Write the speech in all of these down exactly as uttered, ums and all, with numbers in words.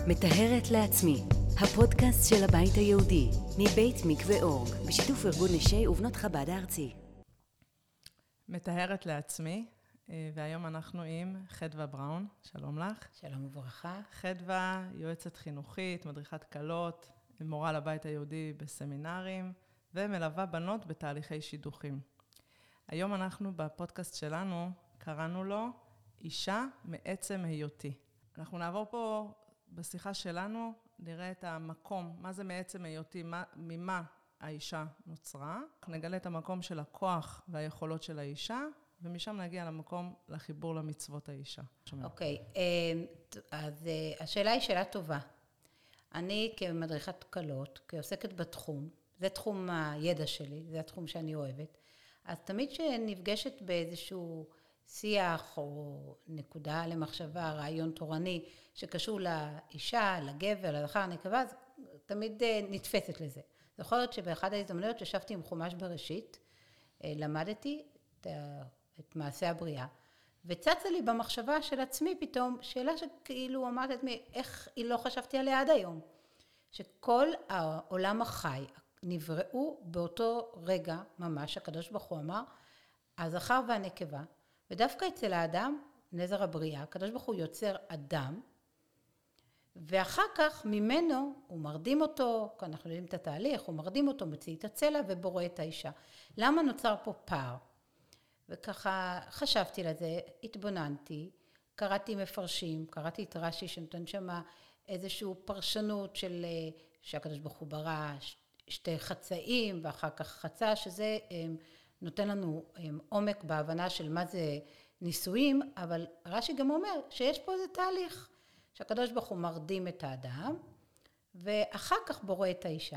מטהרת לעצמי, הפודקאסט של הבית היהודי, מבית מקווה אורג, בשיתוף ארגון נשי ובנות חב"ד הארצי. מטהרת לעצמי, והיום אנחנו עם חדווה בראון. שלום לך. שלום וברכה. חדווה, יועצת חינוכית, מדריכת קלות, מורה לבית היהודי בסמינרים, ומלווה בנות בתהליכי שידוכים. היום אנחנו בפודקאסט שלנו, קראנו לו אישה מעצם היותי. אנחנו נעבור פה בשיחה שלנו, נראה את המקום, מה זה מעצם היותי, מה, ממה האישה נוצרה. נגלה את המקום של הכוח והיכולות של האישה, ומשם נגיע למקום לחיבור למצוות האישה. אוקיי, אז השאלה היא שאלה טובה. אני כמדריכת קלות, כעוסקת בתחום, זה תחום הידע שלי, זה התחום שאני אוהבת, אז תמיד שנפגשת באיזשהו שיח או נקודה למחשבה, רעיון תורני, שקשור לאישה, לגבר, לזכר, נקבה, אז תמיד נתפסת לזה. זוכרת שבאחד ההזדמנויות ישבתי עם חומש בראשית, למדתי את, את מעשה הבריאה, וצצה לי במחשבה של עצמי פתאום, שאלה שכאילו אמרתי לעצמי, איך היא לא חשבתי עליה עד היום, שכל העולם החי נבראו באותו רגע ממש, הקדוש ברוך הוא אמר, הזכר והנקבה, ודווקא אצל האדם, נזר הבריאה, הקדוש ברוך הוא יוצר אדם, ואחר כך ממנו הוא מרדים אותו, כי אנחנו יודעים את התהליך, הוא מרדים אותו, מוציא את הצלע ובורא את האישה. למה נוצר פה פער? וככה חשבתי לזה, התבוננתי, קראתי מפרשים, קראתי את רש"י שנותן שם איזושהי פרשנות של שהקדוש ברוך הוא ברא שתי חצאים ואחר כך חצה, שזה נותן לנו עומק בהבנה של מה זה נישואים, אבל רש"י גם אומר שיש פה איזה תהליך, שהקדוש ברוך הוא מרדים את האדם, ואחר כך בורא את האישה.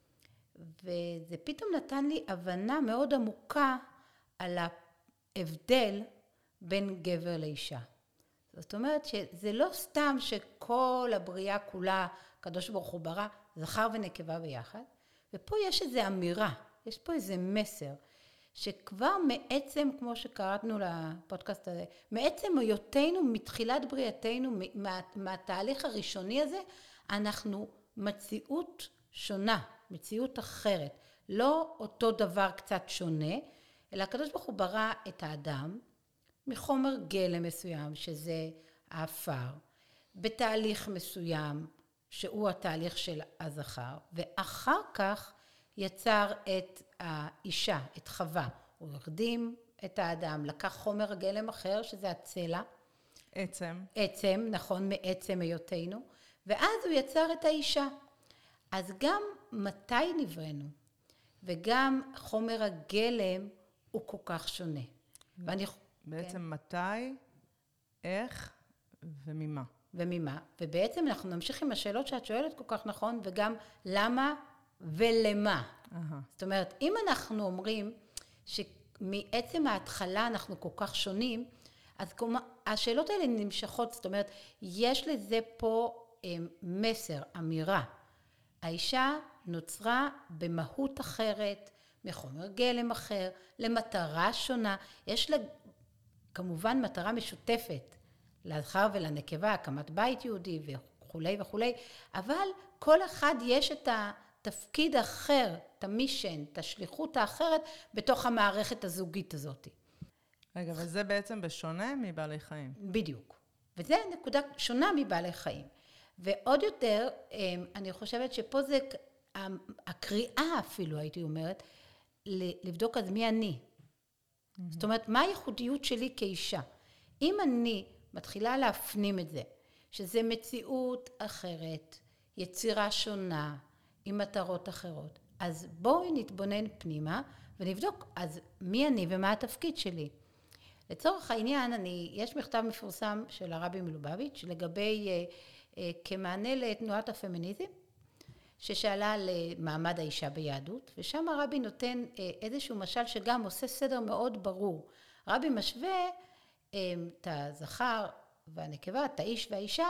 וזה פתאום נתן לי הבנה מאוד עמוקה על ההבדל בין גבר לאישה. זאת אומרת שזה לא סתם שכל הבריאה כולה, הקדוש ברוך הוא ברא, זכר ונקבה ביחד, ופה יש איזו אמירה, יש פה איזה מסר, שכבר מעצם, כמו שקראנו לפודקאסט הזה, מעצם היותנו, מתחילת בריאתנו, מה, מהתהליך הראשוני הזה, אנחנו מציאות שונה, מציאות אחרת. לא אותו דבר קצת שונה, אלא הקדוש ברוך הוא ברא את האדם, מחומר גלם מסוים, שזה האפר, בתהליך מסוים, שהוא התהליך של הזכר, ואחר כך יצר את האישה, את חווה. הוא הרדים את האדם, לקח חומר גלם אחר, שזה הצלע. עצם. עצם, נכון, מעצם היותנו. ואז הוא יצר את האישה. אז גם מתי נבראנו, וגם חומר הגלם הוא כל כך שונה. ואני, בעצם כן. מתי, איך וממה. וממה. ובעצם אנחנו נמשיך עם השאלות שאת שואלת כל כך נכון, וגם למה ולמה. Uh-huh. זאת אומרת, אם אנחנו אומרים שמעצם ההתחלה אנחנו כל כך שונים, אז השאלות האלה נמשכות, זאת אומרת, יש לזה פה מסר, אמירה. האישה נוצרה במהות אחרת, מחומר גלם אחר, למטרה שונה. יש לה כמובן מטרה משותפת, לזכר ולנקבה, הקמת בית יהודי וכו' וכו', אבל כל אחד יש את התפקיד האחר, את המישן, את השליחות האחרת, בתוך המערכת הזוגית הזאת. רגע, וזה בעצם בשונה מבעלי חיים. בדיוק. וזה נקודה שונה מבעלי חיים. ועוד יותר, אני חושבת שפה זה הקריאה אפילו, הייתי אומרת, לבדוק אז מי אני. Mm-hmm. זאת אומרת, מה הייחודיות שלי כאישה? אם אני מתחילה להפנים את זה, שזה מציאות אחרת, יצירה שונה, עם מטרות אחרות, אז בואי נתבונן פנימה ונבדוק אז מי אני ומה התפקיד שלי. לצורך העניין, אני, יש מכתב מפורסם של הרבי מלובביץ' לגבי, אה, אה, כמענה לתנועת הפמיניזם, ששאלה על מעמד האישה ביהדות, ושם הרבי נותן אה, איזשהו משל שגם עושה סדר מאוד ברור. הרבי משווה אה, את הזכר והנקבה, את האיש והאישה,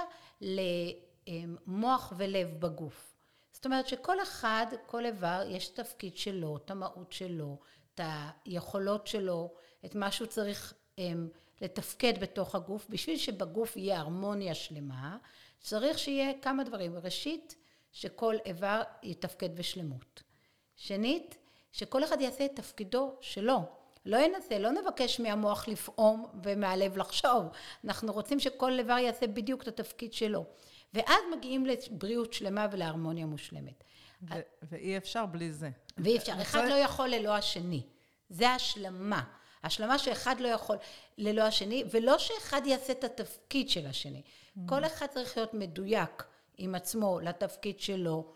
למוח ולב בגוף. זאת אומרת שכל אחד, כל איבר, יש תפקיד שלו, את המהות שלו, את היכולות שלו, את מה שהוא צריך לתפקד בתוך הגוף, בשביל שבגוף יהיה הרמוניה שלמה, צריך שיהיה כמה דברים. ראשית, שכל איבר יתפקד בשלמות. שנית, שכל אחד יעשה את תפקידו שלו. לא ינסה, לא נבקש מהמוח לפעום ומהלב לחשוב. אנחנו רוצים שכל איבר יעשה בדיוק את התפקיד שלו. ואז מגיעים לבריאות שלמה ולהרמוניה מושלמת. ו- ואי אפשר בלי זה. ואי אפשר, אחד לא יכול ללא השני. זה השלמה. השלמה שאחד לא יכול ללא השני, ולא שאחד יעשה את התפקיד של השני. כל אחד צריך להיות מדויק עם עצמו לתפקיד שלו,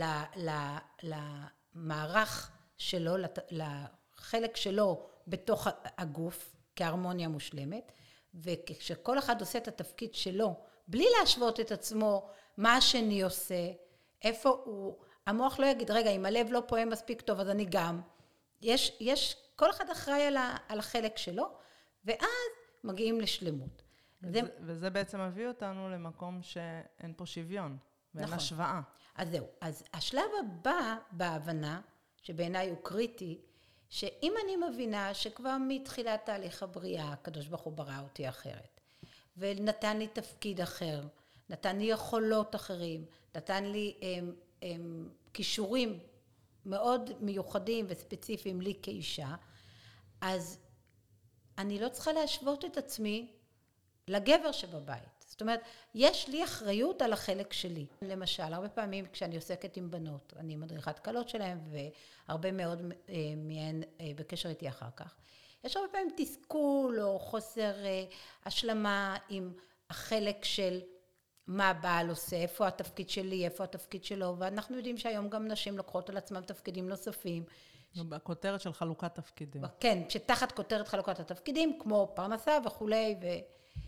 למערך שלו, לחלק שלו בתוך הגוף, כהרמוניה מושלמת, וכשכל אחד עושה את התפקיד שלו, בלי להשוות את עצמו, מה השני עושה, איפה הוא, המוח לא יגיד, רגע, אם הלב לא פועם מספיק טוב, אז אני גם. יש, יש, כל אחד אחראי על, ה, על החלק שלו, ואז מגיעים לשלמות. וזה, זה... וזה בעצם מביא אותנו למקום שאין פה שוויון, ואין נכון. השוואה. אז זהו, אז השלב הבא בהבנה, שבעיניי הוא קריטי, שאם אני מבינה שכבר מתחילת תהליך הבריאה, הקדוש ברוך הוא ברא אותי אחרת, ונתן לי תפקיד אחר, נתן לי יכולות אחרים, נתן לי הם, הם, כישורים מאוד מיוחדים וספציפיים לי כאישה, אז אני לא צריכה להשוות את עצמי לגבר שבבית. זאת אומרת, יש לי אחריות על החלק שלי. למשל, הרבה פעמים כשאני עוסקת עם בנות, אני מדריכת קלות שלהם, והרבה מאוד מהן בקשר איתי אחר כך. יש הרבה פעמים תסכול או חוסר השלמה עם החלק של מה הבעל עושה, איפה התפקיד שלי, איפה התפקיד שלו, ואנחנו יודעים שהיום גם נשים לוקחות על עצמם תפקידים נוספים. בכותרת של חלוקת תפקידים. כן, שתחת כותרת חלוקת התפקידים, כמו פרנסה וכולי, ו...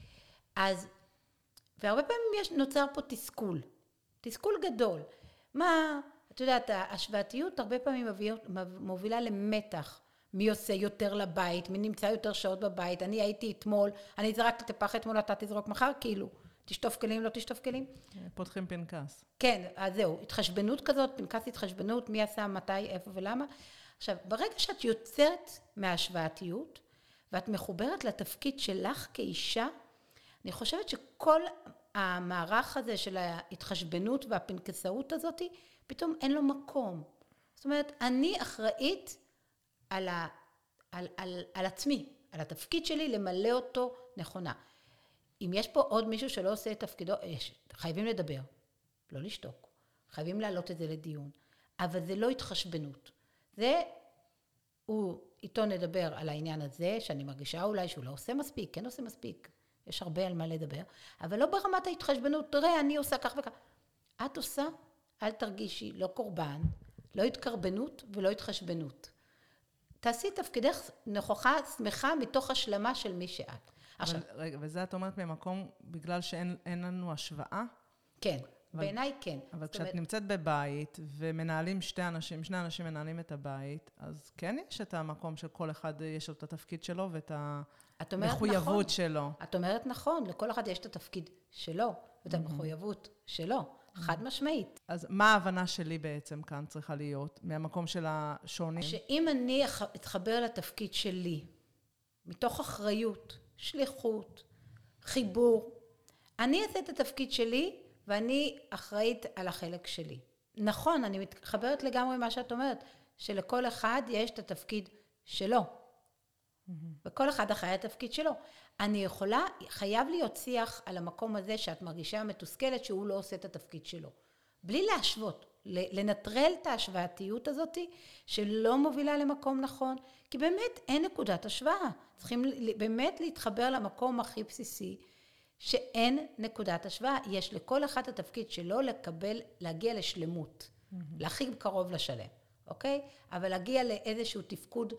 אז, והרבה פעמים יש, נוצר פה תסכול, תסכול גדול. מה, את יודעת, ההשוואתיות הרבה פעמים מובילה למתח, מי עושה יותר לבית, מי נמצא יותר שעות בבית, אני הייתי אתמול, אני זרקתי את הפח אתמול, אתה תזרוק מחר, כאילו, תשטוף כלים, לא תשטוף כלים. פותחים פנקס. כן, אז זהו, התחשבנות כזאת, פנקס התחשבנות, מי עשה, מתי, איפה ולמה. עכשיו, ברגע שאת יוצרת מההשוואתיות, ואת מחוברת לתפקיד שלך כאישה, אני חושבת שכל המערך הזה של ההתחשבנות והפנקסאות הזאת, פתאום אין לו מקום. זאת אומרת, אני אחראית על, ה, על, על, על עצמי, על התפקיד שלי, למלא אותו נכונה. אם יש פה עוד מישהו שלא עושה את תפקידו, יש, חייבים לדבר, לא לשתוק. חייבים להעלות את זה לדיון. אבל זה לא התחשבנות. זה, הוא, איתו נדבר על העניין הזה, שאני מרגישה אולי שהוא לא עושה מספיק, כן עושה מספיק. יש הרבה על מה לדבר, אבל לא ברמת ההתחשבנות, תראה, אני עושה כך וכך. את עושה, אל תרגישי, לא קורבן, לא התקרבנות ולא התחשבנות. תעשי תפקידך נוכחה, שמחה, מתוך השלמה של מי שאת. עכשיו, רגע, וזה את אומרת ממקום, בגלל שאין לנו השוואה? כן, אבל, בעיניי כן. אבל כשאת אומרת, נמצאת בבית, ומנהלים שתי אנשים, שני אנשים מנהלים את הבית, אז כן יש את המקום שכל אחד יש לו את התפקיד שלו, ואת המחויבות נכון. שלו. את אומרת נכון, לכל אחד יש את התפקיד שלו, ואת המחויבות שלו, חד משמעית. אז מה ההבנה שלי בעצם כאן צריכה להיות, מהמקום של השונים? שאם אני אתחבר לתפקיד שלי, מתוך אחריות, שליחות, חיבור, אני אעשה את התפקיד שלי, ואני אחראית על החלק שלי. נכון, אני מתחברת לגמרי מה שאת אומרת, שלכל אחד יש את התפקיד שלו. Mm-hmm. וכל אחד אחראי התפקיד שלו. אני יכולה, חייב להיות שיח על המקום הזה שאת מרגישה מתוסכלת שהוא לא עושה את התפקיד שלו. בלי להשוות, לנטרל את ההשוואתיות הזאת שלא מובילה למקום נכון, כי באמת אין נקודת השוואה. צריכים באמת להתחבר למקום הכי בסיסי, שאין נקודת השוואה, יש לכל אחד התפקיד שלו לקבל, להגיע לשלמות, mm-hmm. להכי קרוב לשלם, אוקיי? אבל להגיע לאיזשהו תפקוד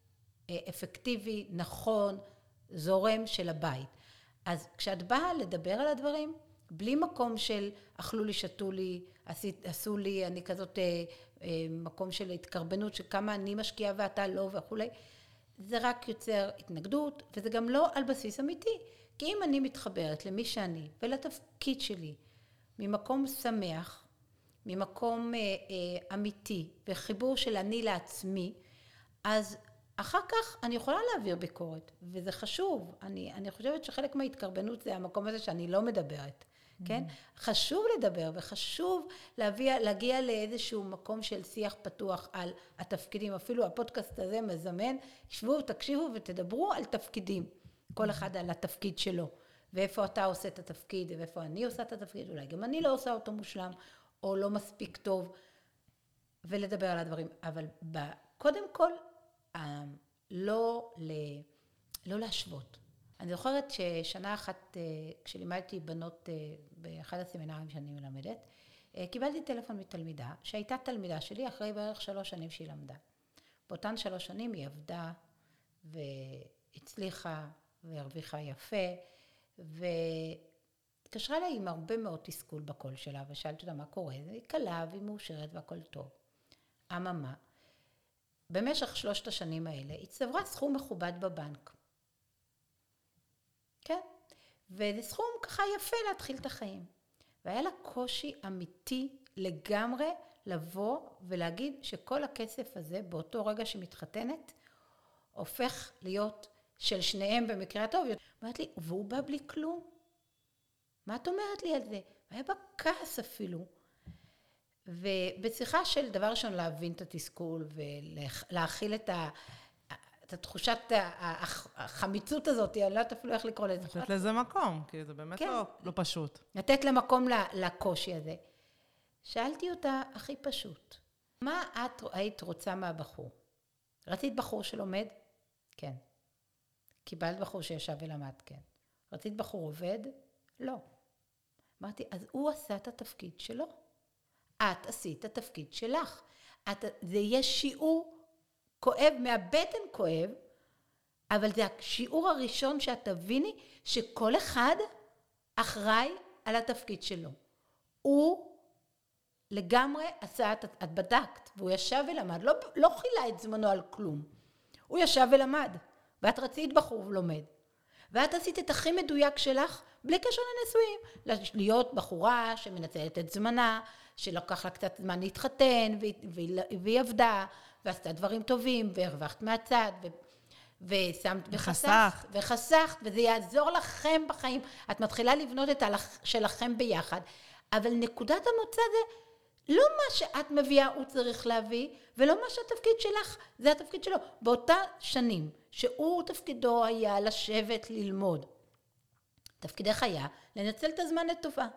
אפקטיבי, נכון, זורם של הבית. אז כשאת באה לדבר על הדברים, בלי מקום של אכלו לי, שתו לי, עשו לי, אני כזאת מקום של התקרבנות, שכמה אני משקיעה ואתה לא וכו', זה רק יוצר התנגדות, וזה גם לא על בסיס אמיתי. כי אם אני מתחברת למי שאני ולתפקיד שלי, ממקום שמח, ממקום אה, אה, אמיתי, וחיבור של אני לעצמי, אז אחר כך אני יכולה להעביר ביקורת, וזה חשוב. אני, אני חושבת שחלק מההתקרבנות זה המקום הזה שאני לא מדברת, כן? חשוב לדבר וחשוב להביא, להגיע לאיזשהו מקום של שיח פתוח על התפקידים. אפילו הפודקאסט הזה מזמן, שבו, תקשיבו ותדברו על תפקידים. כל אחד על התפקיד שלו. ואיפה אתה עושה את התפקיד, ואיפה אני עושה את התפקיד, אולי גם אני לא עושה אותו מושלם, או לא מספיק טוב, ולדבר על הדברים. אבל קודם כל, לא, לא להשוות. אני זוכרת ששנה אחת, כשלימדתי בנות באחד הסמינרים שאני מלמדת, קיבלתי טלפון מתלמידה, שהייתה תלמידה שלי אחרי בערך שלוש שנים שהיא למדה. באותן שלוש שנים היא עבדה והצליחה והרוויחה יפה, והתקשרה לה עם הרבה מאוד תסכול בקול שלה, ושאלתי אותה מה קורה, היא קלה והיא מאושרת והכל טוב. אממה, במשך שלושת השנים האלה, היא צברה סכום מכובד בבנק. כן? וזה סכום ככה יפה להתחיל את החיים. והיה לה קושי אמיתי לגמרי לבוא ולהגיד שכל הכסף הזה, באותו רגע שמתחתנת, הופך להיות של שניהם במקרה הטוב. אמרת לי, והוא בא בלי כלום. מה את אומרת לי על זה? היה בה כעס אפילו. ובשיחה של דבר ראשון להבין את התסכול ולהכיל את ה... את התחושת החמיצות הזאת, אני לא יודעת אפילו איך לקרוא לזה. לתת לזה מקום, כי זה באמת כן. לא, לא פשוט. לתת למקום לקושי הזה. שאלתי אותה הכי פשוט, מה את היית רוצה מהבחור? רצית בחור שלומד? כן. קיבלת בחור שישב ולמד? כן. רצית בחור עובד? לא. אמרתי, אז הוא עשה את התפקיד שלו. את עשית את התפקיד שלך. את, זה יהיה שיעור כואב, מהבטן כואב, אבל זה השיעור הראשון שאת תביני שכל אחד אחראי על התפקיד שלו. הוא לגמרי עשה, את, את בדקת, והוא ישב ולמד, לא, לא חילה את זמנו על כלום. הוא ישב ולמד, ואת רצית בחור ולומד. ואת עשית את הכי מדויק שלך, בלי קשר לנישואים. להיות בחורה שמנצלת את זמנה, שלוקח לה קצת זמן להתחתן, והיא, והיא, והיא עבדה, ועשתה דברים טובים, והרווחת מהצד, ו, ושמת, וחסכת, וחסכת, וזה יעזור לכם בחיים. את מתחילה לבנות את הלך שלכם ביחד, אבל נקודת המוצא זה, לא מה שאת מביאה הוא צריך להביא, ולא מה שהתפקיד שלך, זה התפקיד שלו. באותה שנים, שהוא תפקידו היה לשבת ללמוד, תפקידך היה לנצל את הזמן לטובה.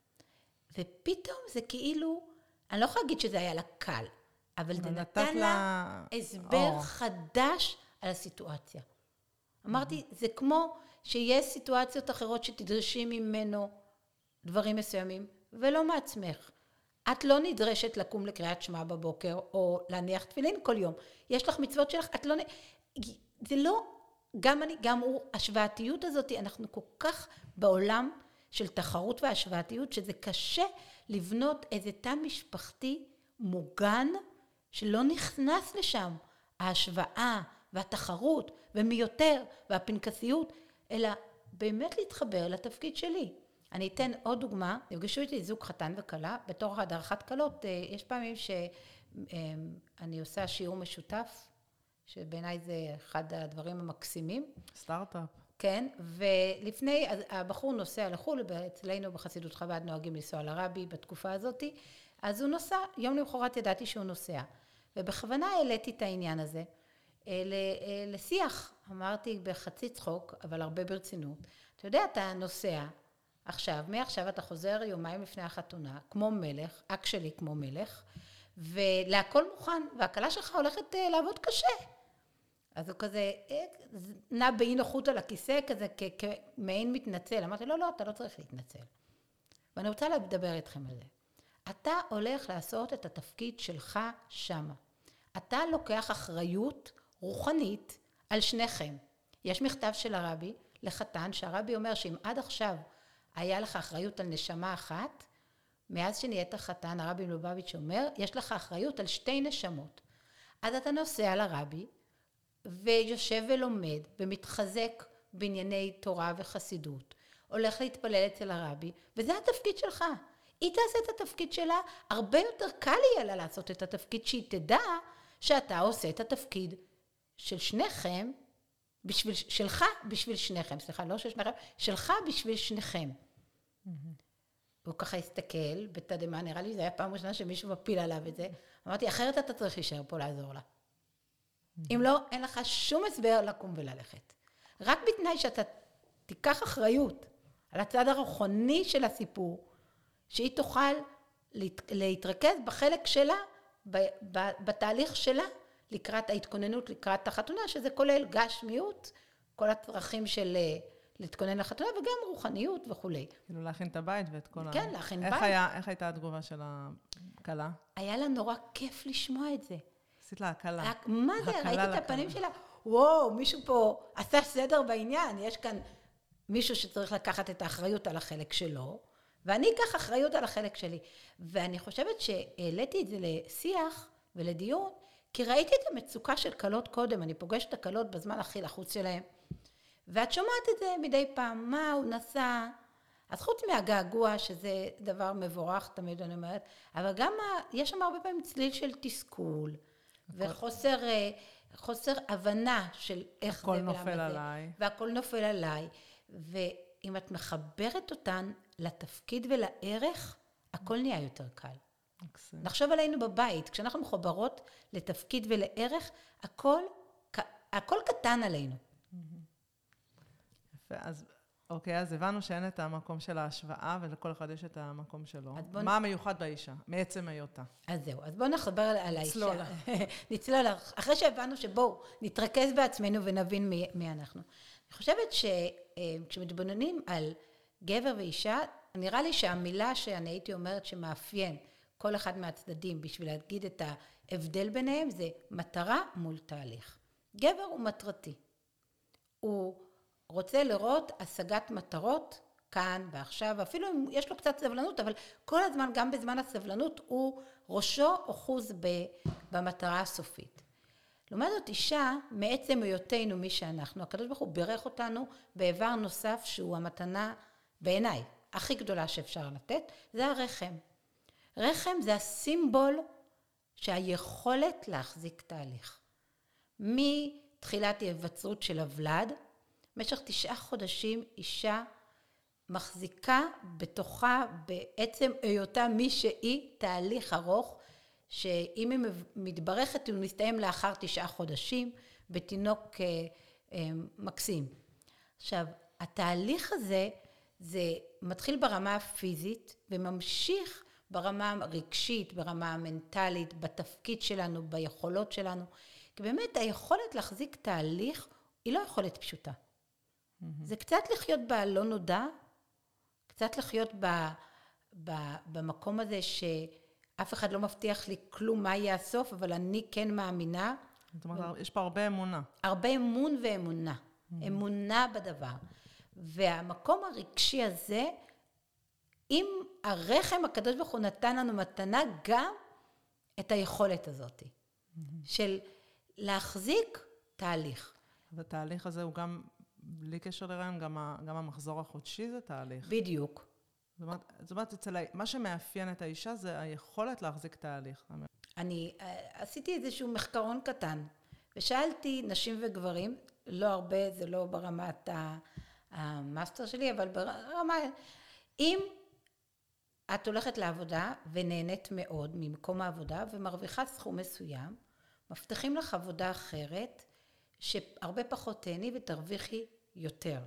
ופתאום זה כאילו, אני לא יכולה להגיד שזה היה לה קל, אבל זה נתן לה הסבר חדש על הסיטואציה. אמרתי, זה כמו שיש סיטואציות אחרות שתדרשי ממנו דברים מסוימים, ולא מעצמך. את לא נדרשת לקום לקריאת שמע בבוקר, או להניח תפילין כל יום. יש לך מצוות שלך, את לא... זה לא... גם אני, גם הוא, השוואתיות הזאת, אנחנו כל כך בעולם של תחרות והשוואתיות, שזה קשה לבנות איזה תא משפחתי מוגן, שלא נכנס לשם ההשוואה והתחרות ומי יותר והפנקסיות, אלא באמת להתחבר לתפקיד שלי. אני אתן עוד דוגמה, נפגשו איתי זוג חתן וכלה, בתור הדרכת כלות, יש פעמים שאני עושה שיעור משותף, שבעיניי זה אחד הדברים המקסימים. סטארט-אפ. כן, ולפני, הבחור נוסע לחול, אצלנו בחסידות חב"ד נוהגים לנסוע לרבי בתקופה הזאת, אז הוא נוסע, יום למחרת ידעתי שהוא נוסע, ובכוונה העליתי את העניין הזה, לשיח, אמרתי בחצי צחוק, אבל הרבה ברצינות, אתה יודע, אתה נוסע, עכשיו, מעכשיו אתה חוזר יומיים לפני החתונה, כמו מלך, אק שלי כמו מלך, ולהכל מוכן, והקלה שלך הולכת לעבוד קשה. אז הוא כזה, נע באי נוחות על הכיסא, כזה כמעין מתנצל. אמרתי, לא, לא, אתה לא צריך להתנצל. ואני רוצה לדבר איתכם על זה. אתה הולך לעשות את התפקיד שלך שמה. אתה לוקח אחריות רוחנית על שניכם. יש מכתב של הרבי לחתן, שהרבי אומר שאם עד עכשיו היה לך אחריות על נשמה אחת, מאז שנהיית חתן, הרבי מלובביץ' אומר, יש לך אחריות על שתי נשמות. אז אתה נוסע לרבי, ויושב ולומד, ומתחזק בענייני תורה וחסידות. הולך להתפלל אצל הרבי, וזה התפקיד שלך. היא תעשה את התפקיד שלה, הרבה יותר קל יהיה לה לעשות את התפקיד, שהיא תדע שאתה עושה את התפקיד של שניכם, בשביל, שלך בשביל שניכם, סליחה, לא של שניכם, שלך בשביל שניכם. הוא ככה הסתכל בתדהמה, נראה לי, זה היה פעם ראשונה שמישהו מפיל עליו את זה. אמרתי, אחרת אתה צריך להישאר פה לעזור לה. אם לא, אין לך שום הסבר לקום וללכת. רק בתנאי שאתה תיקח אחריות על הצד הרוחני של הסיפור, שהיא תוכל להתרכז בחלק שלה, בתהליך שלה, לקראת ההתכוננות, לקראת החתונה, שזה כולל גשמיות, כל הצרכים של להתכונן לחתונה, וגם רוחניות וכולי. כאילו להכין את הבית ואת כל ה... כן, להכין איך בית. היה, איך הייתה התגובה של הכלה? היה לה נורא כיף לשמוע את זה. עשית לה הקלה. מה זה? ראיתי את הפנים שלה, וואו, מישהו פה עשה סדר בעניין, יש כאן מישהו שצריך לקחת את האחריות על החלק שלו, ואני אקח אחריות על החלק שלי. ואני חושבת שהעליתי את זה לשיח ולדיון, כי ראיתי את המצוקה של קלות קודם, אני פוגשת את הקלות בזמן הכי לחוץ שלהם, ואת שומעת את זה מדי פעם, מה הוא נסע, אז חוץ מהגעגוע, שזה דבר מבורך, תמיד אני אומרת, אבל גם יש שם הרבה פעמים צליל של תסכול, וחוסר חוסר הבנה של איך זה ולמה זה. הכל נופל עליי. והכל נופל עליי, ואם את מחברת אותן לתפקיד ולערך, הכל נהיה יותר קל. נחשוב עלינו בבית, כשאנחנו מחוברות לתפקיד ולערך, הכל, הכל קטן עלינו. יפה, אז אוקיי, אז הבנו שאין את המקום של ההשוואה, ולכל אחד יש את המקום שלו. בוא... מה המיוחד באישה? מעצם היותה. אז זהו, אז בואו נחבר על האישה. נצלול. נצלול, אחרי שהבנו שבואו נתרכז בעצמנו ונבין מי, מי אנחנו. אני חושבת שכשמתבוננים על גבר ואישה, נראה לי שהמילה שאני הייתי אומרת שמאפיין כל אחד מהצדדים בשביל להגיד את ההבדל ביניהם, זה מטרה מול תהליך. גבר הוא מטרתי. הוא רוצה לראות השגת מטרות כאן ועכשיו, אפילו אם יש לו קצת סבלנות, אבל כל הזמן, גם בזמן הסבלנות, הוא ראשו אוחוז במטרה הסופית. לעומת זאת, אישה, מעצם היותנו מי שאנחנו, הקדוש ברוך הוא בירך אותנו באיבר נוסף שהוא המתנה בעיניי, הכי גדולה שאפשר לתת, זה הרחם. רחם זה הסימבול שהיכולת להחזיק תהליך. מתחילת ההיווצרות של הוולד, במשך תשעה חודשים אישה מחזיקה בתוכה בעצם היותה מי שהיא תהליך ארוך, שאם היא מתברכת הוא מסתיים לאחר תשעה חודשים בתינוק מקסים. עכשיו, התהליך הזה זה מתחיל ברמה הפיזית וממשיך ברמה הרגשית, ברמה המנטלית, בתפקיד שלנו, ביכולות שלנו. כי באמת היכולת להחזיק תהליך היא לא יכולת פשוטה. Mm-hmm. זה קצת לחיות בלא נודע, קצת לחיות ב, ב, במקום הזה שאף אחד לא מבטיח לי כלום מה יהיה הסוף, אבל אני כן מאמינה. זאת אומרת, יש פה הרבה אמונה. הרבה אמון ואמונה. Mm-hmm. אמונה בדבר. והמקום הרגשי הזה, אם הרחם הקדוש ברוך הוא נתן לנו מתנה גם את היכולת הזאת, mm-hmm. של להחזיק תהליך. והתהליך הזה הוא גם, בלי קשר לרעיון, גם, גם המחזור החודשי זה תהליך. בדיוק. זאת אומרת, זאת אומרת אצל, מה שמאפיין את האישה זה היכולת להחזיק תהליך. אני עשיתי איזשהו מחקרון קטן, ושאלתי נשים וגברים, לא הרבה, זה לא ברמת המאסטר שלי, אבל ברמה, אם את הולכת לעבודה ונהנית מאוד ממקום העבודה ומרוויחה סכום מסוים, מבטיחים לך עבודה אחרת שהרבה פחות תהני ותרוויחי יותר.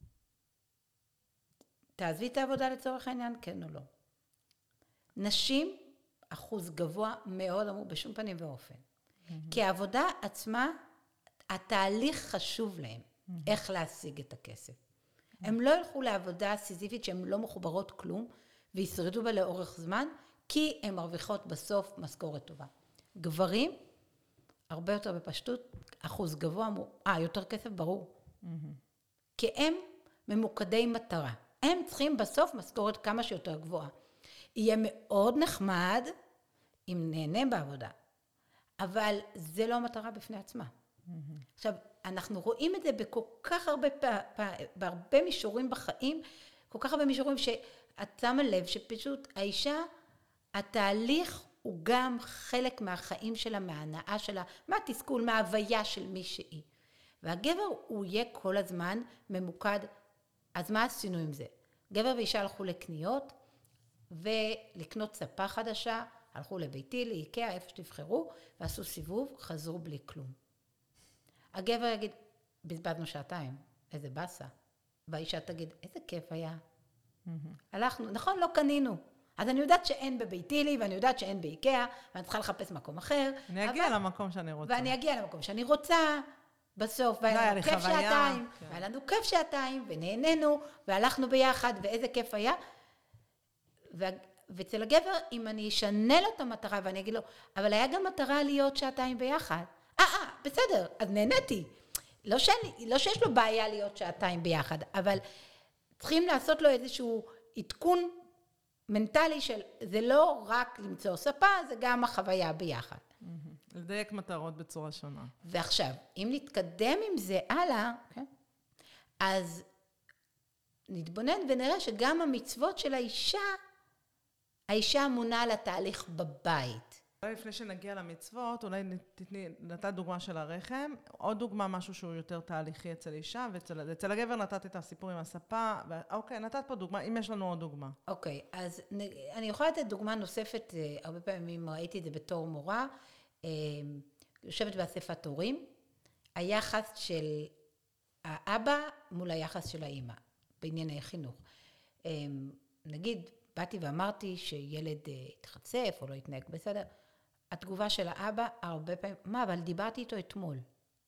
תעזבי את העבודה לצורך העניין, כן או לא. נשים, אחוז גבוה מאוד אמרו בשום פנים ואופן. Mm-hmm. כי העבודה עצמה, התהליך חשוב להם, mm-hmm. איך להשיג את הכסף. Mm-hmm. הם לא ילכו לעבודה סיזיפית שהן לא מחוברות כלום, וישרדו בה לאורך זמן, כי הן מרוויחות בסוף משכורת טובה. גברים, הרבה יותר בפשטות, אחוז גבוה, אמרו, אה, יותר כסף, ברור. Mm-hmm. כי הם ממוקדי מטרה. הם צריכים בסוף משכורת כמה שיותר גבוהה. יהיה מאוד נחמד אם נהנה בעבודה, אבל זה לא המטרה בפני עצמה. Mm-hmm. עכשיו, אנחנו רואים את זה בכל כך הרבה, בהרבה מישורים בחיים, כל כך הרבה מישורים שאת שמה לב שפשוט האישה, התהליך הוא גם חלק מהחיים שלה, מההנאה שלה, מהתסכול, מההוויה של מי שהיא. והגבר הוא יהיה כל הזמן ממוקד, אז מה עשינו עם זה? גבר ואישה הלכו לקניות, ולקנות ספה חדשה, הלכו לביתי, לאיקאה, איפה שתבחרו, ועשו סיבוב, חזרו בלי כלום. הגבר יגיד, בזבזנו שעתיים, איזה בסה. והאישה תגיד, איזה כיף היה. הלכנו, נכון, לא קנינו. אז אני יודעת שאין בביתי לי, ואני יודעת שאין באיקאה, ואני צריכה לחפש מקום אחר. אני אגיע למקום שאני רוצה. ואני אגיע למקום שאני רוצה, בסוף, והיה לנו כיף שעתיים, והיה לנו כיף שעתיים, ונהנינו, והלכנו ביחד, ואיזה כיף היה. ואצל הגבר, אם אני אשנה לו את המטרה, ואני אגיד לו, אבל היה גם מטרה להיות שעתיים ביחד. אה, אה, בסדר, אז נהניתי. לא, שאני, לא שיש לו בעיה להיות שעתיים ביחד, אבל צריכים לעשות לו איזשהו עדכון מנטלי של, זה לא רק למצוא ספה, זה גם החוויה ביחד. לדייק מטרות בצורה שונה. ועכשיו, אם נתקדם עם זה הלאה, okay, אז נתבונן ונראה שגם המצוות של האישה, האישה אמונה על התהליך בבית. אולי לפני שנגיע למצוות, אולי תתני, נתת דוגמה של הרחם, עוד דוגמה, משהו שהוא יותר תהליכי אצל אישה, ואצל הגבר נתת את הסיפור עם הספה, אוקיי, נתת פה דוגמה, אם יש לנו עוד דוגמה. אוקיי, אז אני יכולה לתת דוגמה נוספת, הרבה פעמים ראיתי את זה בתור מורה, יושבת באספת הורים, היחס של האבא מול היחס של האמא, בענייני חינוך. נגיד, באתי ואמרתי שילד התחצף או לא התנהג בסדר, התגובה של האבא הרבה פעמים, מה, אבל דיברתי איתו אתמול.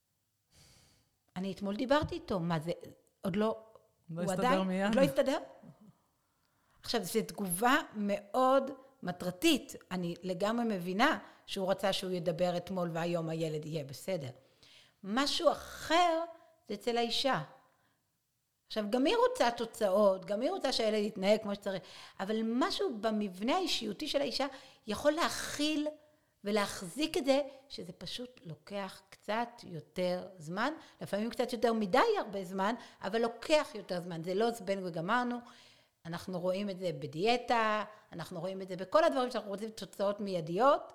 אני אתמול דיברתי איתו, מה זה, עוד לא, לא הסתדר מיד. לא הסתדר? עכשיו, זו תגובה מאוד מטרתית, אני לגמרי מבינה שהוא רצה שהוא ידבר אתמול והיום הילד יהיה בסדר. משהו אחר זה אצל האישה. עכשיו, גם היא רוצה תוצאות, גם היא רוצה שהילד יתנהג כמו שצריך, אבל משהו במבנה האישיותי של האישה יכול להכיל ולהחזיק את זה, שזה פשוט לוקח קצת יותר זמן, לפעמים קצת יותר מדי הרבה זמן, אבל לוקח יותר זמן, זה לא זבן וגמרנו, אנחנו רואים את זה בדיאטה, אנחנו רואים את זה בכל הדברים שאנחנו רוצים תוצאות מיידיות,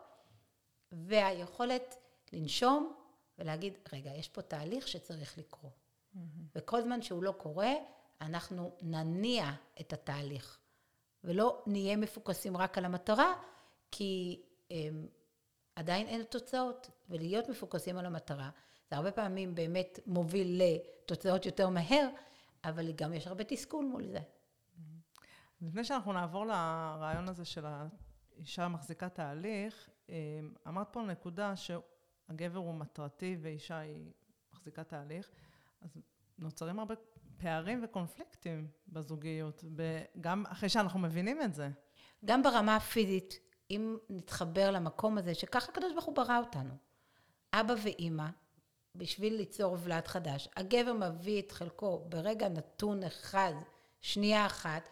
והיכולת לנשום ולהגיד, רגע, יש פה תהליך שצריך לקרוא. וכל זמן שהוא לא קורה, אנחנו נניע את התהליך, ולא נהיה מפוקסים רק על המטרה, כי הם, עדיין אין תוצאות, ולהיות מפוקסים על המטרה, זה הרבה פעמים באמת מוביל לתוצאות יותר מהר, אבל גם יש הרבה תסכול מול זה. לפני שאנחנו נעבור לרעיון הזה של האישה מחזיקה תהליך, אמרת פה נקודה שהגבר הוא מטרתי ואישה היא מחזיקה תהליך, אז נוצרים הרבה פערים וקונפליקטים בזוגיות, גם אחרי שאנחנו מבינים את זה. גם ברמה הפיזית, אם נתחבר למקום הזה, שככה הקדוש ברוך הוא ברא אותנו. אבא ואמא, בשביל ליצור ולד חדש, הגבר מביא את חלקו ברגע נתון אחד, שנייה אחת,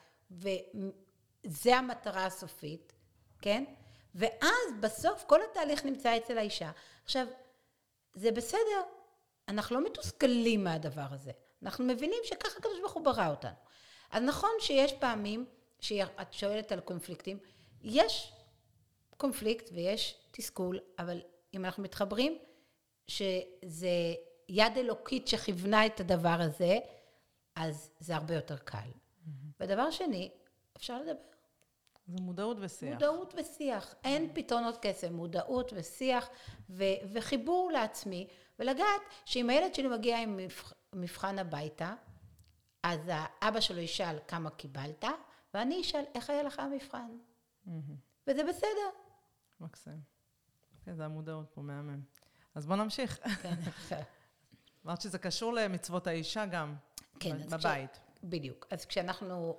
וזה המטרה הסופית, כן? ואז בסוף כל התהליך נמצא אצל האישה. עכשיו, זה בסדר, אנחנו לא מתוסכלים מהדבר הזה. אנחנו מבינים שככה הקדוש ברוך הוא ברא אותנו. אז נכון שיש פעמים, שאת שואלת על קונפליקטים, יש קונפליקט ויש תסכול, אבל אם אנחנו מתחברים, שזה יד אלוקית שכיוונה את הדבר הזה, אז זה הרבה יותר קל. Mm-hmm. ודבר שני, אפשר לדבר. זה מודעות ושיח. מודעות ושיח. אין פתרונות קסם, מודעות ושיח ו- וחיבור לעצמי, ולגעת שאם הילד שלי מגיע עם מבחן הביתה, אז האבא שלו ישאל כמה קיבלת, ואני אשאל איך היה לך המבחן. Mm-hmm. וזה בסדר. מקסים. כן, זה המודעות פה מהמם. אז בוא נמשיך. כן. אמרת שזה קשור למצוות האישה גם, כן, בבית. כש... בדיוק. אז כשאנחנו,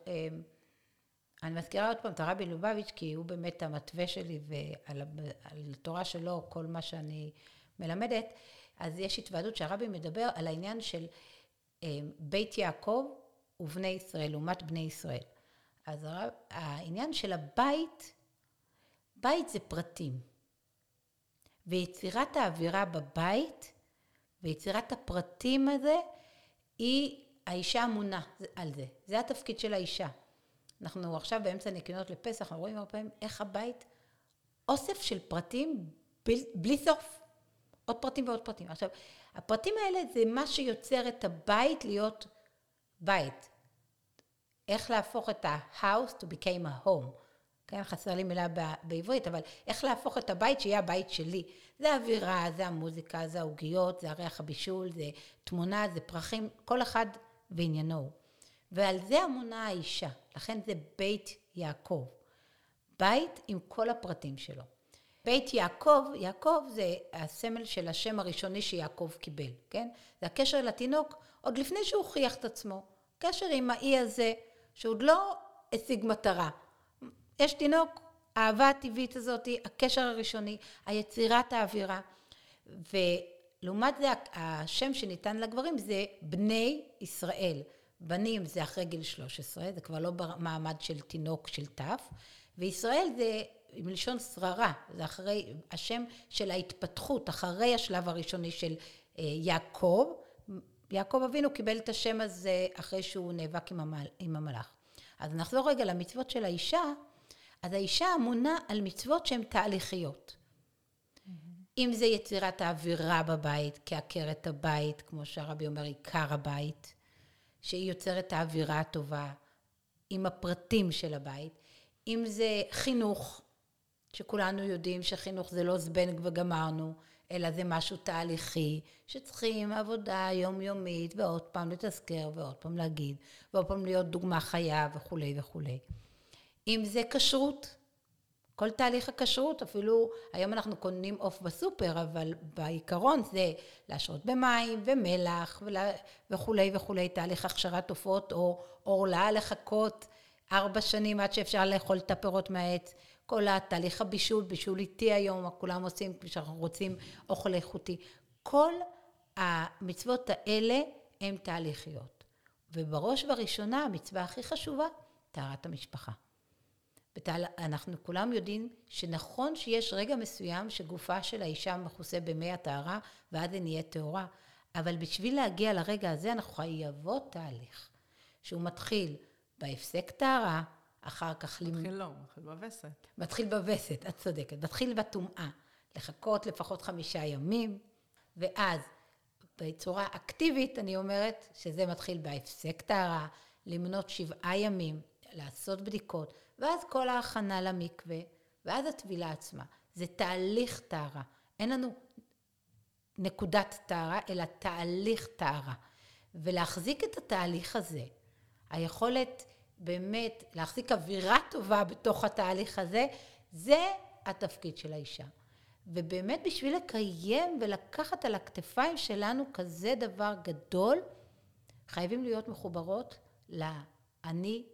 אני מזכירה עוד פעם את הרבי לובביץ', כי הוא באמת המתווה שלי, ועל התורה שלו, כל מה שאני מלמדת, אז יש התוועדות שהרבי מדבר על העניין של בית יעקב ובני ישראל, לעומת בני ישראל. אז העניין של הבית, בית זה פרטים. ויצירת האווירה בבית, ויצירת הפרטים הזה, היא האישה אמונה על זה. זה התפקיד של האישה. אנחנו עכשיו באמצע ניקיונות לפסח, אנחנו רואים הרבה פעמים איך הבית, אוסף של פרטים בלי, בלי סוף. עוד פרטים ועוד פרטים. עכשיו, הפרטים האלה זה מה שיוצר את הבית להיות בית. איך להפוך את ה-house to become a home. כן, חסר לי מילה בעברית, אבל איך להפוך את הבית שיהיה הבית שלי. זה האווירה, זה המוזיקה, זה העוגיות, זה הריח הבישול, זה תמונה, זה פרחים, כל אחד ועניינו. ועל זה אמונה האישה, לכן זה בית יעקב. בית עם כל הפרטים שלו. בית יעקב, יעקב זה הסמל של השם הראשוני שיעקב קיבל, כן? זה הקשר לתינוק עוד לפני שהוא הוכיח את עצמו. קשר עם האי הזה, שעוד לא השיג מטרה. יש תינוק, האהבה הטבעית הזאת, הקשר הראשוני, היצירת האווירה. ולעומת זה, השם שניתן לגברים זה בני ישראל. בנים זה אחרי גיל שלוש עשרה, זה כבר לא במעמד של תינוק של טף. וישראל זה מלשון שררה, זה אחרי השם של ההתפתחות, אחרי השלב הראשוני של יעקב. יעקב אבינו קיבל את השם הזה אחרי שהוא נאבק עם, המל, עם המלאך. אז נחזור רגע למצוות של האישה, אז האישה אמונה על מצוות שהן תהליכיות. Mm-hmm. אם זה יצירת האווירה בבית, כעקרת הבית, כמו שהרבי אומר, עיקר הבית, שהיא יוצרת האווירה הטובה, עם הפרטים של הבית, אם זה חינוך, שכולנו יודעים שחינוך זה לא זבנג וגמרנו, אלא זה משהו תהליכי, שצריכים עבודה יומיומית, ועוד פעם לתזכר, ועוד פעם להגיד, ועוד פעם להיות דוגמה חיה וכו' וכו'. אם זה כשרות, כל תהליך הכשרות, אפילו היום אנחנו קונים עוף בסופר, אבל בעיקרון זה להשרות במים ומלח וכו' וכו', תהליך הכשרת עופות, או עורלה לחכות ארבע שנים עד שאפשר לאכול את הפירות מהעץ, כל התהליך הבישול, בישול איתי היום, כולם עושים כשאנחנו רוצים אוכל איכותי. כל המצוות האלה הן תהליכיות. ובראש ובראשונה המצווה הכי חשובה, טהרת המשפחה. אנחנו כולם יודעים שנכון שיש רגע מסוים שגופה של האישה מכוסה במי הטהרה, ואז היא נהיית טהורה. אבל בשביל להגיע לרגע הזה אנחנו חייבות תהליך, שהוא מתחיל בהפסק טהרה, אחר כך... מתחיל לא, מתחיל בווסת. מתחיל בווסת, את צודקת. מתחיל בטומאה, לחכות לפחות חמישה ימים, ואז בצורה אקטיבית אני אומרת שזה מתחיל בהפסק טהרה, למנות שבעה ימים, לעשות בדיקות, ואז כל ההכנה למקווה, ואז הטבילה עצמה. זה תהליך טהרה. אין לנו נקודת טהרה, אלא תהליך טהרה. ולהחזיק את התהליך הזה, היכולת באמת להחזיק אווירה טובה בתוך התהליך הזה, זה התפקיד של האישה. ובאמת בשביל לקיים ולקחת על הכתפיים שלנו כזה דבר גדול, חייבים להיות מחוברות לאני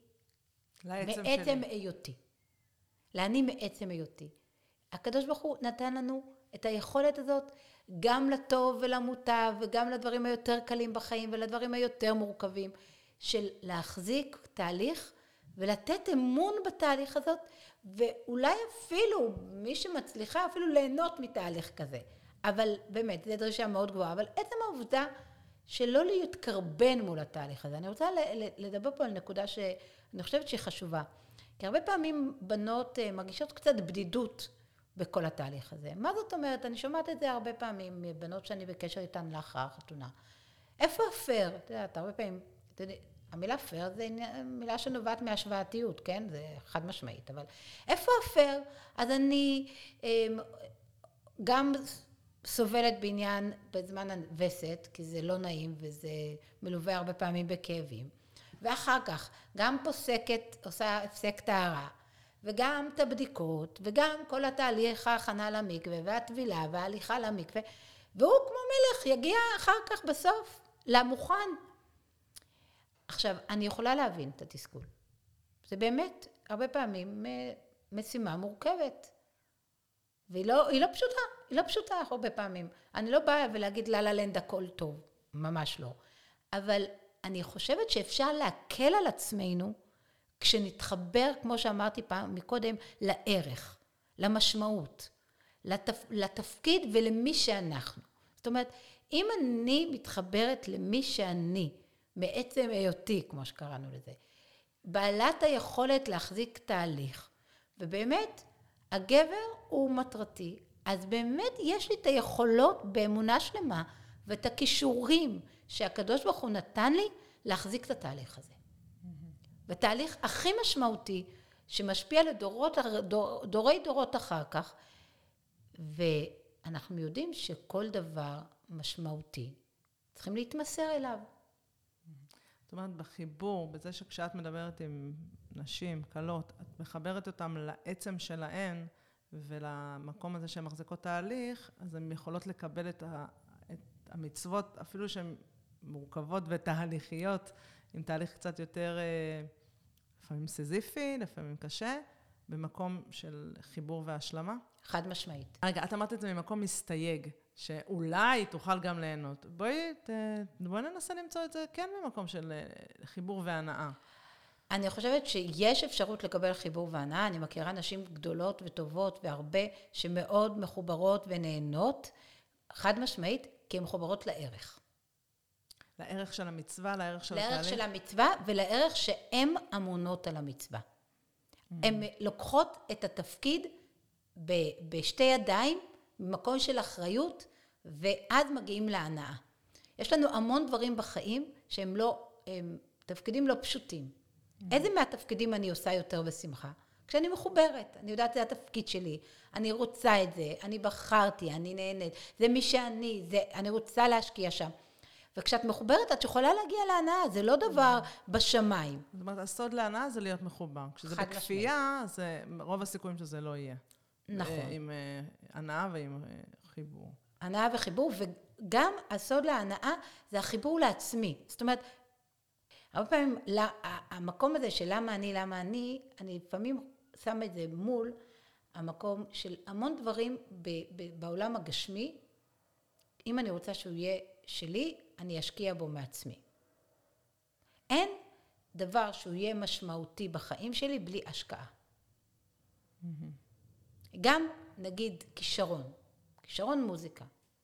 מעצם היותי. לאני מעצם היותי. הקדוש ברוך הוא נתן לנו את היכולת הזאת גם לטוב ולמוטב וגם לדברים היותר קלים בחיים ולדברים היותר מורכבים, של להחזיק תהליך ולתת אמון בתהליך הזאת, ואולי אפילו מי שמצליחה אפילו ליהנות מתהליך כזה. אבל באמת, זו דרישה מאוד גבוהה, אבל עצם העובדה שלא להתקרבן מול התהליך הזה. אני רוצה לדבר פה על נקודה שאני חושבת שהיא חשובה. כי הרבה פעמים בנות מרגישות קצת בדידות בכל התהליך הזה. מה זאת אומרת? אני שומעת את זה הרבה פעמים מבנות שאני בקשר איתן לאחר חתונה. איפה הפייר? אתה יודעת, הרבה פעמים, אתה יודע, המילה פייר זה מילה שנובעת מהשוואתיות, כן? זה חד משמעית, אבל איפה הפייר? אז אני גם סובלת בעניין בזמן הווסת, כי זה לא נעים וזה מלווה הרבה פעמים בכאבים. ואחר כך גם פוסקת, עושה הפסק טהרה, וגם את הבדיקות, וגם כל התהליך ההכנה למקווה, והטבילה וההליכה למקווה, והוא כמו מלך יגיע אחר כך בסוף למוכן. עכשיו, אני יכולה להבין את התסכול. זה באמת הרבה פעמים משימה מורכבת. והיא לא, היא לא פשוטה, היא לא פשוטה הרבה פעמים. אני לא באה ולהגיד לה ללנד הכל טוב, ממש לא. אבל אני חושבת שאפשר להקל על עצמנו, כשנתחבר, כמו שאמרתי פעם מקודם, לערך, למשמעות, לתפ... לתפקיד ולמי שאנחנו. זאת אומרת, אם אני מתחברת למי שאני, מעצם היותי, כמו שקראנו לזה, בעלת היכולת להחזיק תהליך, ובאמת, הגבר הוא מטרתי, אז באמת יש לי את היכולות באמונה שלמה, ואת הכישורים שהקדוש ברוך הוא נתן לי, להחזיק את התהליך הזה. ותהליך הכי משמעותי, שמשפיע לדורות, דור, דורי דורות אחר כך, ואנחנו יודעים שכל דבר משמעותי, צריכים להתמסר אליו. זאת אומרת, בחיבור, בזה שכשאת מדברת עם נשים, קלות, את מחברת אותם לעצם שלהן, ולמקום הזה שהן מחזיקות תהליך, אז הן יכולות לקבל את, ה, את המצוות, אפילו שהן מורכבות ותהליכיות, עם תהליך קצת יותר, לפעמים סזיפי, לפעמים קשה, במקום של חיבור והשלמה. חד משמעית. רגע, את אמרת את זה ממקום מסתייג, שאולי תוכל גם ליהנות. בואי, ת, בואי ננסה למצוא את זה כן במקום של חיבור והנאה. אני חושבת שיש אפשרות לקבל חיבור והנאה. אני מכירה נשים גדולות וטובות והרבה שמאוד מחוברות ונהנות, חד משמעית, כי הן מחוברות לערך. לערך של המצווה, לערך של התהליך? לערך של המצווה ולערך שהן אמונות על המצווה. Mm-hmm. הן לוקחות את התפקיד ב- בשתי ידיים, במקום של אחריות, ואז מגיעים להנאה. יש לנו המון דברים בחיים שהם לא, הם תפקידים לא פשוטים. Mm-hmm. איזה מהתפקידים אני עושה יותר בשמחה? כשאני מחוברת, אני יודעת זה התפקיד שלי, אני רוצה את זה, אני בחרתי, אני נהנית, זה מי שאני, זה, אני רוצה להשקיע שם. וכשאת מחוברת, את יכולה להגיע להנאה, זה לא דבר בשמיים. זאת אומרת, הסוד להנאה זה להיות מחובר. כשזה בכפייה, זה רוב הסיכויים שזה לא יהיה. נכון. עם הנאה ועם חיבור. הנאה וחיבור, וגם הסוד להנאה זה החיבור לעצמי. זאת אומרת, הרבה פעמים, המקום הזה של למה אני, למה אני, אני לפעמים שם את זה מול המקום של המון דברים בעולם הגשמי, אם אני רוצה שהוא יהיה שלי, אני אשקיע בו מעצמי. אין דבר שהוא יהיה משמעותי בחיים שלי בלי השקעה. Mm-hmm. גם נגיד כישרון, כישרון מוזיקה.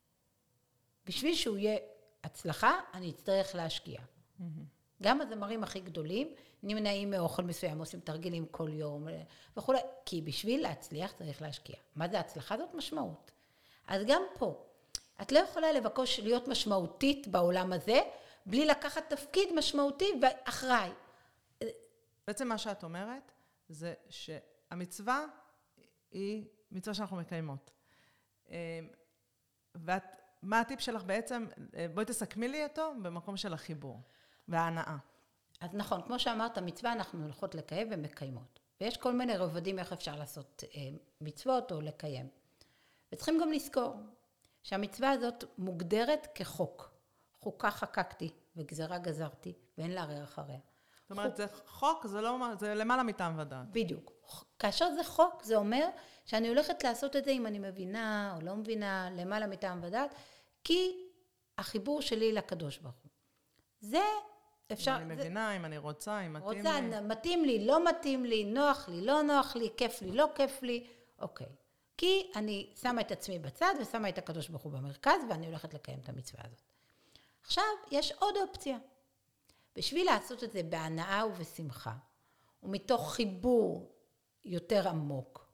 בשביל שהוא יהיה הצלחה, אני אצטרך להשקיע. Mm-hmm. גם הזמרים הכי גדולים נמנעים מאוכל מסוים, עושים תרגילים כל יום וכו', כי בשביל להצליח צריך להשקיע. מה זה הצלחה? זאת משמעות. אז גם פה, את לא יכולה לבקש להיות משמעותית בעולם הזה, בלי לקחת תפקיד משמעותי ואחראי. בעצם מה שאת אומרת, זה שהמצווה היא מצווה שאנחנו מקיימות. ואת, מה הטיפ שלך בעצם, בואי תסכמי לי אותו במקום של החיבור וההנאה. אז נכון, כמו שאמרת, מצווה אנחנו הולכות לקיים ומקיימות. ויש כל מיני רבדים איך אפשר לעשות מצוות או לקיים. וצריכים גם לזכור, שהמצווה הזאת מוגדרת כחוק. חוקה חקקתי וגזרה גזרתי, ואין לערער אחריה. זאת אומרת, חוק... זה חוק, זה, לא, זה למעלה מטעם ודעת. בדיוק. כאשר זה חוק, זה אומר שאני הולכת לעשות את זה אם אני מבינה או לא מבינה, למעלה מטעם ודעת, כי החיבור שלי לקדוש ברוך הוא. זה אפשר... אם אני מבינה, זה... אם אני רוצה, אם מתאים רוצה, לי. מתאים לי, לא מתאים לי, נוח לי, לא נוח לי, כיף לי, לא כיף לי, אוקיי. כי אני שמה את עצמי בצד ושמה את הקדוש ברוך הוא במרכז, ואני הולכת לקיים את המצווה הזאת. עכשיו, יש עוד אופציה. בשביל לעשות את זה בהנאה ובשמחה, ומתוך חיבור יותר עמוק,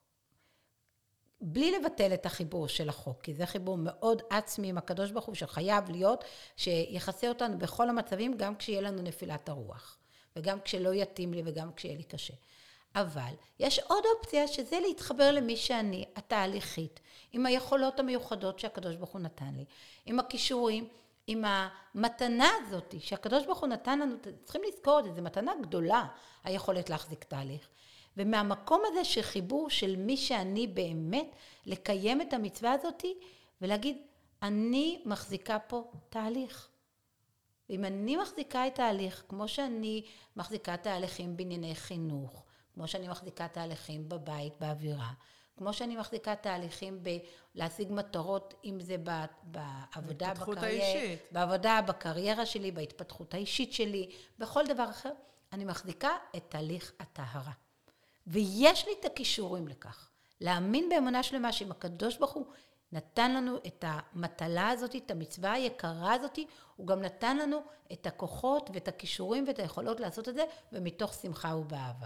בלי לבטל את החיבור של החוק, כי זה חיבור מאוד עצמי עם הקדוש ברוך הוא, שחייב להיות, שיחסה אותנו בכל המצבים, גם כשיהיה לנו נפילת הרוח, וגם כשלא יתאים לי וגם כשיהיה לי קשה. אבל יש עוד אופציה שזה להתחבר למי שאני, התהליכית, עם היכולות המיוחדות שהקדוש ברוך הוא נתן לי, עם הכישורים, עם המתנה הזאת שהקדוש ברוך הוא נתן לנו, צריכים לזכור את זה, זו מתנה גדולה, היכולת להחזיק תהליך. ומהמקום הזה שחיבור של מי שאני באמת, לקיים את המצווה הזאת ולהגיד, אני מחזיקה פה תהליך. ואם אני מחזיקה את תהליך, כמו שאני מחזיקה תהליכים בענייני חינוך, כמו שאני מחזיקה תהליכים בבית, באווירה, כמו שאני מחזיקה תהליכים בלהשיג מטרות, אם זה בעבודה בקריירה, בעבודה בקריירה שלי, בהתפתחות האישית שלי, בכל דבר אחר, אני מחזיקה את תהליך הטהרה. ויש לי את הכישורים לכך. להאמין באמונה שלמה שאם הקדוש ברוך הוא נתן לנו את המטלה הזאת, את המצווה היקרה הזאת, הוא גם נתן לנו את הכוחות ואת הכישורים ואת היכולות לעשות את זה, ומתוך שמחה ובאהבה.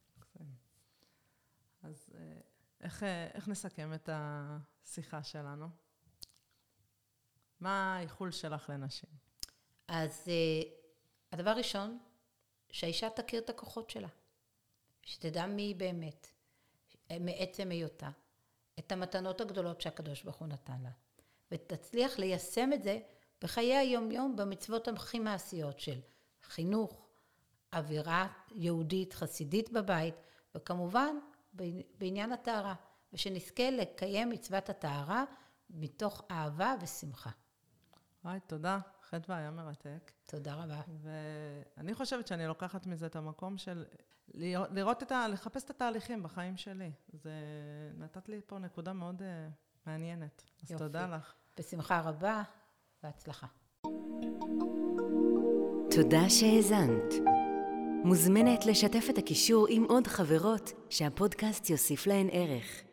אז איך, איך נסכם את השיחה שלנו? מה האיחול שלך לנשים? אז הדבר ראשון, שהאישה תכיר את הכוחות שלה. שתדע מי היא באמת, מעצם היותה, את המתנות הגדולות שהקדוש ברוך הוא נתן לה, ותצליח ליישם את זה בחיי היום-יום, במצוות הכי מעשיות של חינוך, אווירה יהודית, חסידית בבית, וכמובן בעניין הטהרה, ושנזכה לקיים מצוות הטהרה מתוך אהבה ושמחה. היי, תודה. חדווה, היה מרתק. תודה רבה. ואני חושבת שאני לוקחת מזה את המקום של לראות את ה... לחפש את התהליכים בחיים שלי. זה נתת לי פה נקודה מאוד uh, מעניינת. אז יופי. תודה לך. בשמחה רבה, והצלחה. תודה שהאזנת. מוזמנת לשתף את הקישור עם עוד חברות שהפודקאסט יוסיף להן ערך.